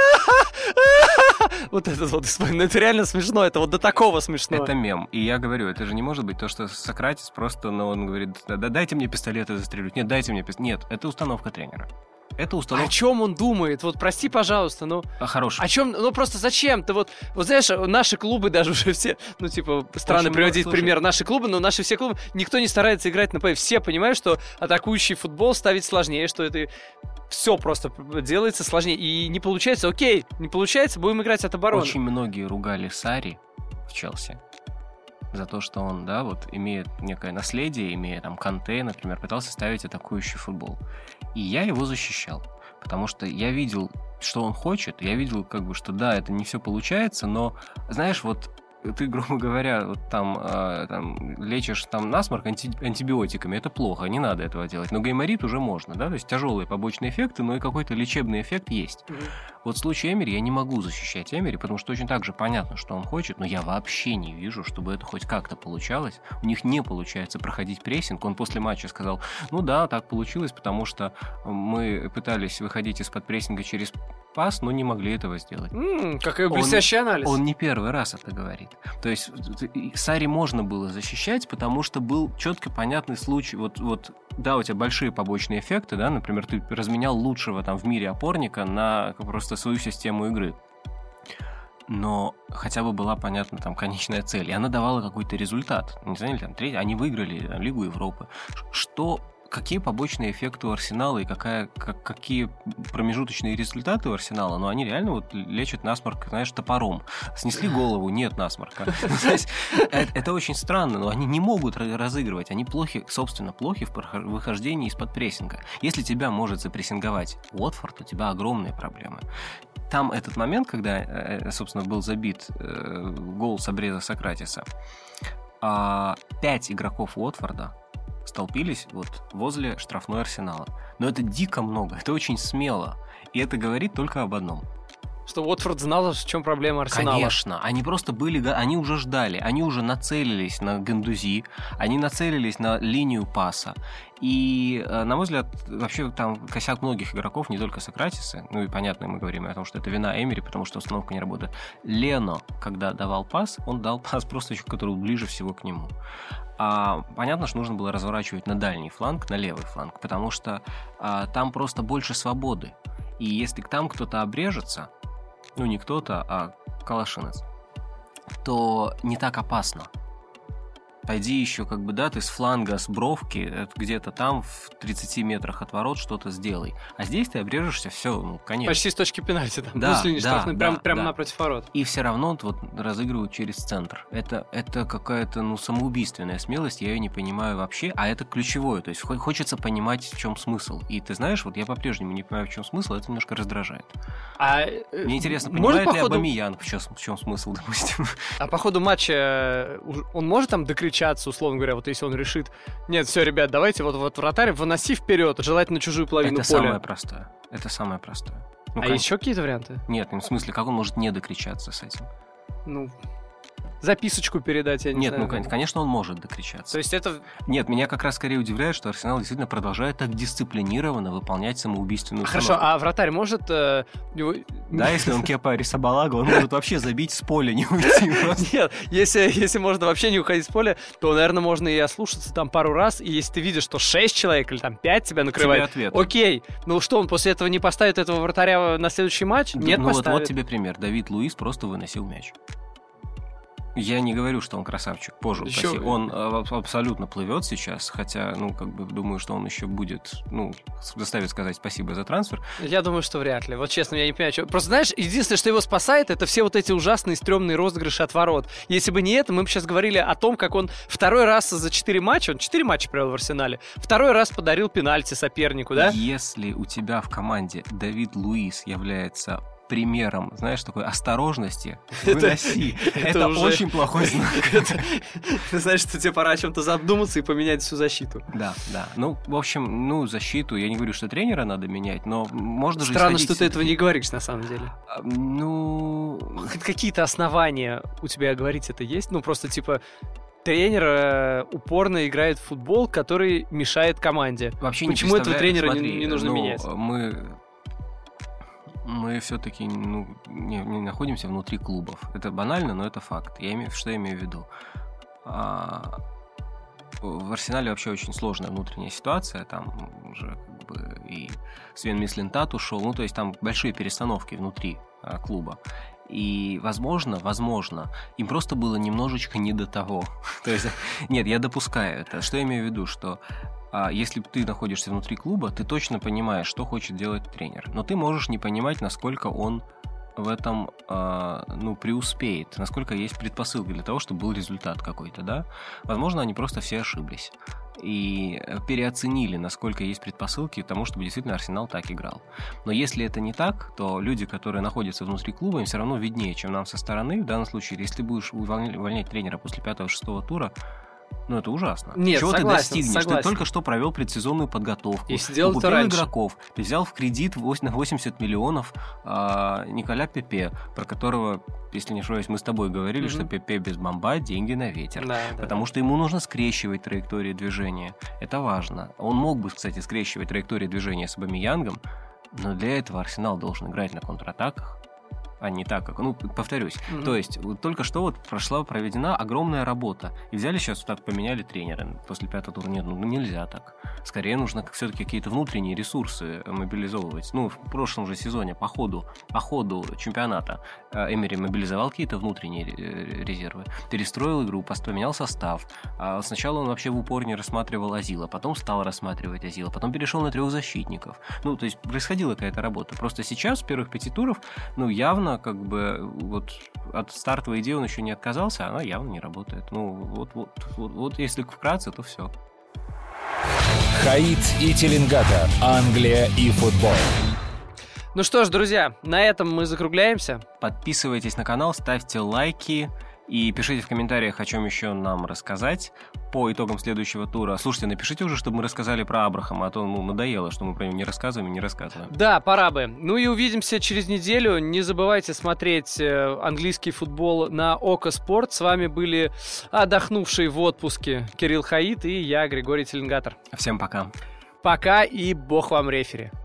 Speaker 1: Это реально смешно, это до такого смешно.
Speaker 2: Это мем. И я говорю, это же не может быть то, что Сократис просто, он говорит, да дайте мне пистолет и застрелю. Нет, дайте мне пистолет. Нет, это установка тренера. Это установка...
Speaker 1: О чем он думает? Прости, пожалуйста,
Speaker 2: Хороший.
Speaker 1: О чем? Просто зачем? Ты знаешь, наши клубы даже уже все, странно приводить пример, наши клубы, но наши все клубы, никто не старается играть на ПФ. Все понимают, что атакующий футбол ставить сложнее, что это все просто делается сложнее. И не получается, окей, не получается, будем играть от обороны.
Speaker 2: Очень многие ругали Сарри в Челси за то, что он, имеет некое наследие, имея Канте, например, пытался ставить атакующий футбол. И я его защищал, потому что я видел, что он хочет, я видел, что да, это не все получается, но, знаешь, ты, грубо говоря, лечишь насморк антибиотиками, это плохо, не надо этого делать. Но гайморит уже можно, да, то есть тяжелые побочные эффекты, но и какой-то лечебный эффект есть. В случае Эмери я не могу защищать Эмери, потому что точно так же понятно, что он хочет, но я вообще не вижу, чтобы это хоть как-то получалось. У них не получается проходить прессинг. Он после матча сказал, да, так получилось, потому что мы пытались выходить из-под прессинга через пас, но не могли этого сделать.
Speaker 1: Какой блестящий анализ.
Speaker 2: Он не первый раз это говорит. То есть Сарри можно было защищать, потому что был четко понятный случай. Да, у тебя большие побочные эффекты, да, например, ты разменял лучшего в мире опорника на просто свою систему игры. Но хотя бы была понятна конечная цель, и она давала какой-то результат. Не знаю, третий, они выиграли Лигу Европы. Какие побочные эффекты у Арсенала и какие промежуточные результаты у Арсенала, но они реально лечат насморк, топором. Снесли голову, нет насморка. Это очень странно, но они не могут разыгрывать, они плохи в выхождении из-под прессинга. Если тебя может запрессинговать Уотфорд, у тебя огромные проблемы. Там этот момент, когда, собственно, был забит гол с обреза Сократиса, 5 игроков Уотфорда столпились возле штрафной Арсенала. Но это дико много, это очень смело. И это говорит только об одном.
Speaker 1: Что Уотфорд знал, в чем проблема Арсенала.
Speaker 2: Конечно, они просто были, они уже ждали, они уже нацелились на Гендузи, они нацелились на линию паса. И, на мой взгляд, вообще там косяк многих игроков, не только Сократиса, ну и понятно, мы говорим о том, что это вина Эмери, потому что установка не работает. Лено, когда давал пас, он дал пас просто человеку, который был ближе всего к нему. А понятно, что нужно было разворачивать на дальний фланг, на левый фланг, потому что там просто больше свободы. И если там кто-то обрежется, ну не кто-то, а Калашинец, то не так опасно. Пойди еще, как бы, да, ты с фланга, с бровки, где-то там в 30 метрах от ворот что-то сделай. А здесь ты обрежешься, все, ну, конечно.
Speaker 1: Почти с точки пенальти, там,
Speaker 2: да,
Speaker 1: штрафной, прямо напротив ворот.
Speaker 2: И все равно вот разыгрывают через центр. Это какая-то, ну, самоубийственная смелость, я ее не понимаю вообще, а это ключевое, то есть хочется понимать, в чем смысл. И ты знаешь, вот я по-прежнему не понимаю, в чем смысл, это немножко раздражает. Мне интересно, понимает ли Обамейянг, в чем смысл, допустим. А
Speaker 1: по ходу матча он может там докричаться, условно говоря, вот если он решит, нет, все, ребят, давайте вот вратарь выноси вперед, желательно чужую половину
Speaker 2: это
Speaker 1: поля.
Speaker 2: Это самое простое.
Speaker 1: Ну, еще какие-то варианты?
Speaker 2: Нет, в смысле, как он может не докричаться с этим?
Speaker 1: Ну, записочку передать, я не знаю.
Speaker 2: Нет, ну, конечно, он может докричаться.
Speaker 1: То есть это...
Speaker 2: Нет, меня как раз скорее удивляет, что Арсенал действительно продолжает так дисциплинированно выполнять самоубийственную установку.
Speaker 1: Хорошо, а вратарь может...
Speaker 2: Да, если он Кепа Арисабалага, он может вообще забить с поля, не уйти.
Speaker 1: Нет, если можно вообще не уходить с поля, то, наверное, можно и ослушаться там пару раз, и если ты видишь, что 6 человек или там 5 тебя накрывает, окей, ну что, он после этого не поставит этого вратаря на следующий матч? Нет,
Speaker 2: ну
Speaker 1: поставит.
Speaker 2: Вот тебе пример. Давид Луис просто выносил мяч. Я не говорю, что он красавчик, боже упаси. Он абсолютно плывет сейчас, хотя, ну, как бы, думаю, что он еще будет, ну, заставит сказать спасибо за трансфер.
Speaker 1: Я думаю, что вряд ли. Вот честно, я не понимаю, что... Просто, знаешь, единственное, что его спасает, это все вот эти ужасные, стрёмные розыгрыши от ворот. Если бы не это, мы бы сейчас говорили о том, как он второй раз за 4 матча, он 4 матча провел в Арсенале, второй раз подарил пенальти сопернику, да?
Speaker 2: Если у тебя в команде Давид Луис является примером, знаешь, такой осторожности, выноси. Это очень плохой знак.
Speaker 1: Ты знаешь, что тебе пора о чем-то задуматься и поменять всю защиту.
Speaker 2: Да. Ну, в общем, защиту, я не говорю, что тренера надо менять, но можно же...
Speaker 1: Странно, что ты этого не говоришь, на самом деле.
Speaker 2: Ну...
Speaker 1: Хоть какие-то основания у тебя говорить это есть? Ну, просто типа... Тренер упорно играет в футбол, который мешает команде.
Speaker 2: Вообще
Speaker 1: почему этого тренера не нужно менять?
Speaker 2: Мы все-таки не находимся внутри клубов. Это банально, но это факт. Что я имею в виду? В Арсенале вообще очень сложная внутренняя ситуация. Там уже как бы и Свен Мислинтат ушел. Ну, то есть там большие перестановки внутри клуба. И, возможно, им просто было немножечко не до того. То есть, нет, я допускаю это. Что я имею в виду? Что если ты находишься внутри клуба, ты точно понимаешь, что хочет делать тренер. Но ты можешь не понимать, насколько он в этом преуспеет, насколько есть предпосылки для того, чтобы был результат какой-то, да? Возможно, они просто все ошиблись и переоценили, насколько есть предпосылки к тому, чтобы действительно Арсенал так играл. Но если это не так, то люди, которые находятся внутри клуба, им все равно виднее, чем нам со стороны. В данном случае, если ты будешь увольнять тренера после 5-6 тура, ну, это ужасно.
Speaker 1: Нет,
Speaker 2: чего
Speaker 1: согласен,
Speaker 2: ты достигнешь?
Speaker 1: Согласен.
Speaker 2: Ты только что провел предсезонную подготовку.
Speaker 1: И сделал
Speaker 2: купил
Speaker 1: раньше.
Speaker 2: Игроков. Ты взял в кредит на 80 миллионов Николя Пепе, про которого, если не ошибаюсь, мы с тобой говорили, что Пепе без бомба, деньги на ветер. Потому что ему нужно скрещивать траектории движения. Это важно. Он мог бы, кстати, скрещивать траектории движения с Обамейянгом, но для этого Арсенал должен играть на контратаках, а не так, как... Ну, повторюсь. То есть, вот только что вот проведена огромная работа. И взяли сейчас вот так, поменяли тренера после 5-го тура. Нет, нельзя так. Скорее нужно все-таки какие-то внутренние ресурсы мобилизовывать. Ну, в прошлом же сезоне по ходу чемпионата Эмери мобилизовал какие-то внутренние резервы. Перестроил игру, поменял состав. Сначала он вообще в упор не рассматривал Азила, потом стал рассматривать Азила, потом перешел на 3 защитников. Ну, то есть, происходила какая-то работа. Просто сейчас, с первых 5 туров, явно как бы вот от стартовой идеи он еще не отказался, она явно не работает. Ну, вот если вкратце, то все.
Speaker 3: Хаид и Теленгата. Англия и футбол.
Speaker 1: Ну что ж, друзья, на этом мы закругляемся.
Speaker 2: Подписывайтесь на канал, ставьте лайки И пишите в комментариях, о чем еще нам рассказать по итогам следующего тура. Слушайте, напишите уже, чтобы мы рассказали про Абрахама, а то надоело, что мы про него не рассказываем и не рассказываем.
Speaker 1: Да, пора бы. Ну и увидимся через неделю. Не забывайте смотреть английский футбол на Око Спорт. С вами были отдохнувшие в отпуске Кирилл Хаид и я, Григорий Теленгатор.
Speaker 2: Всем пока.
Speaker 1: Пока и бог вам рефери.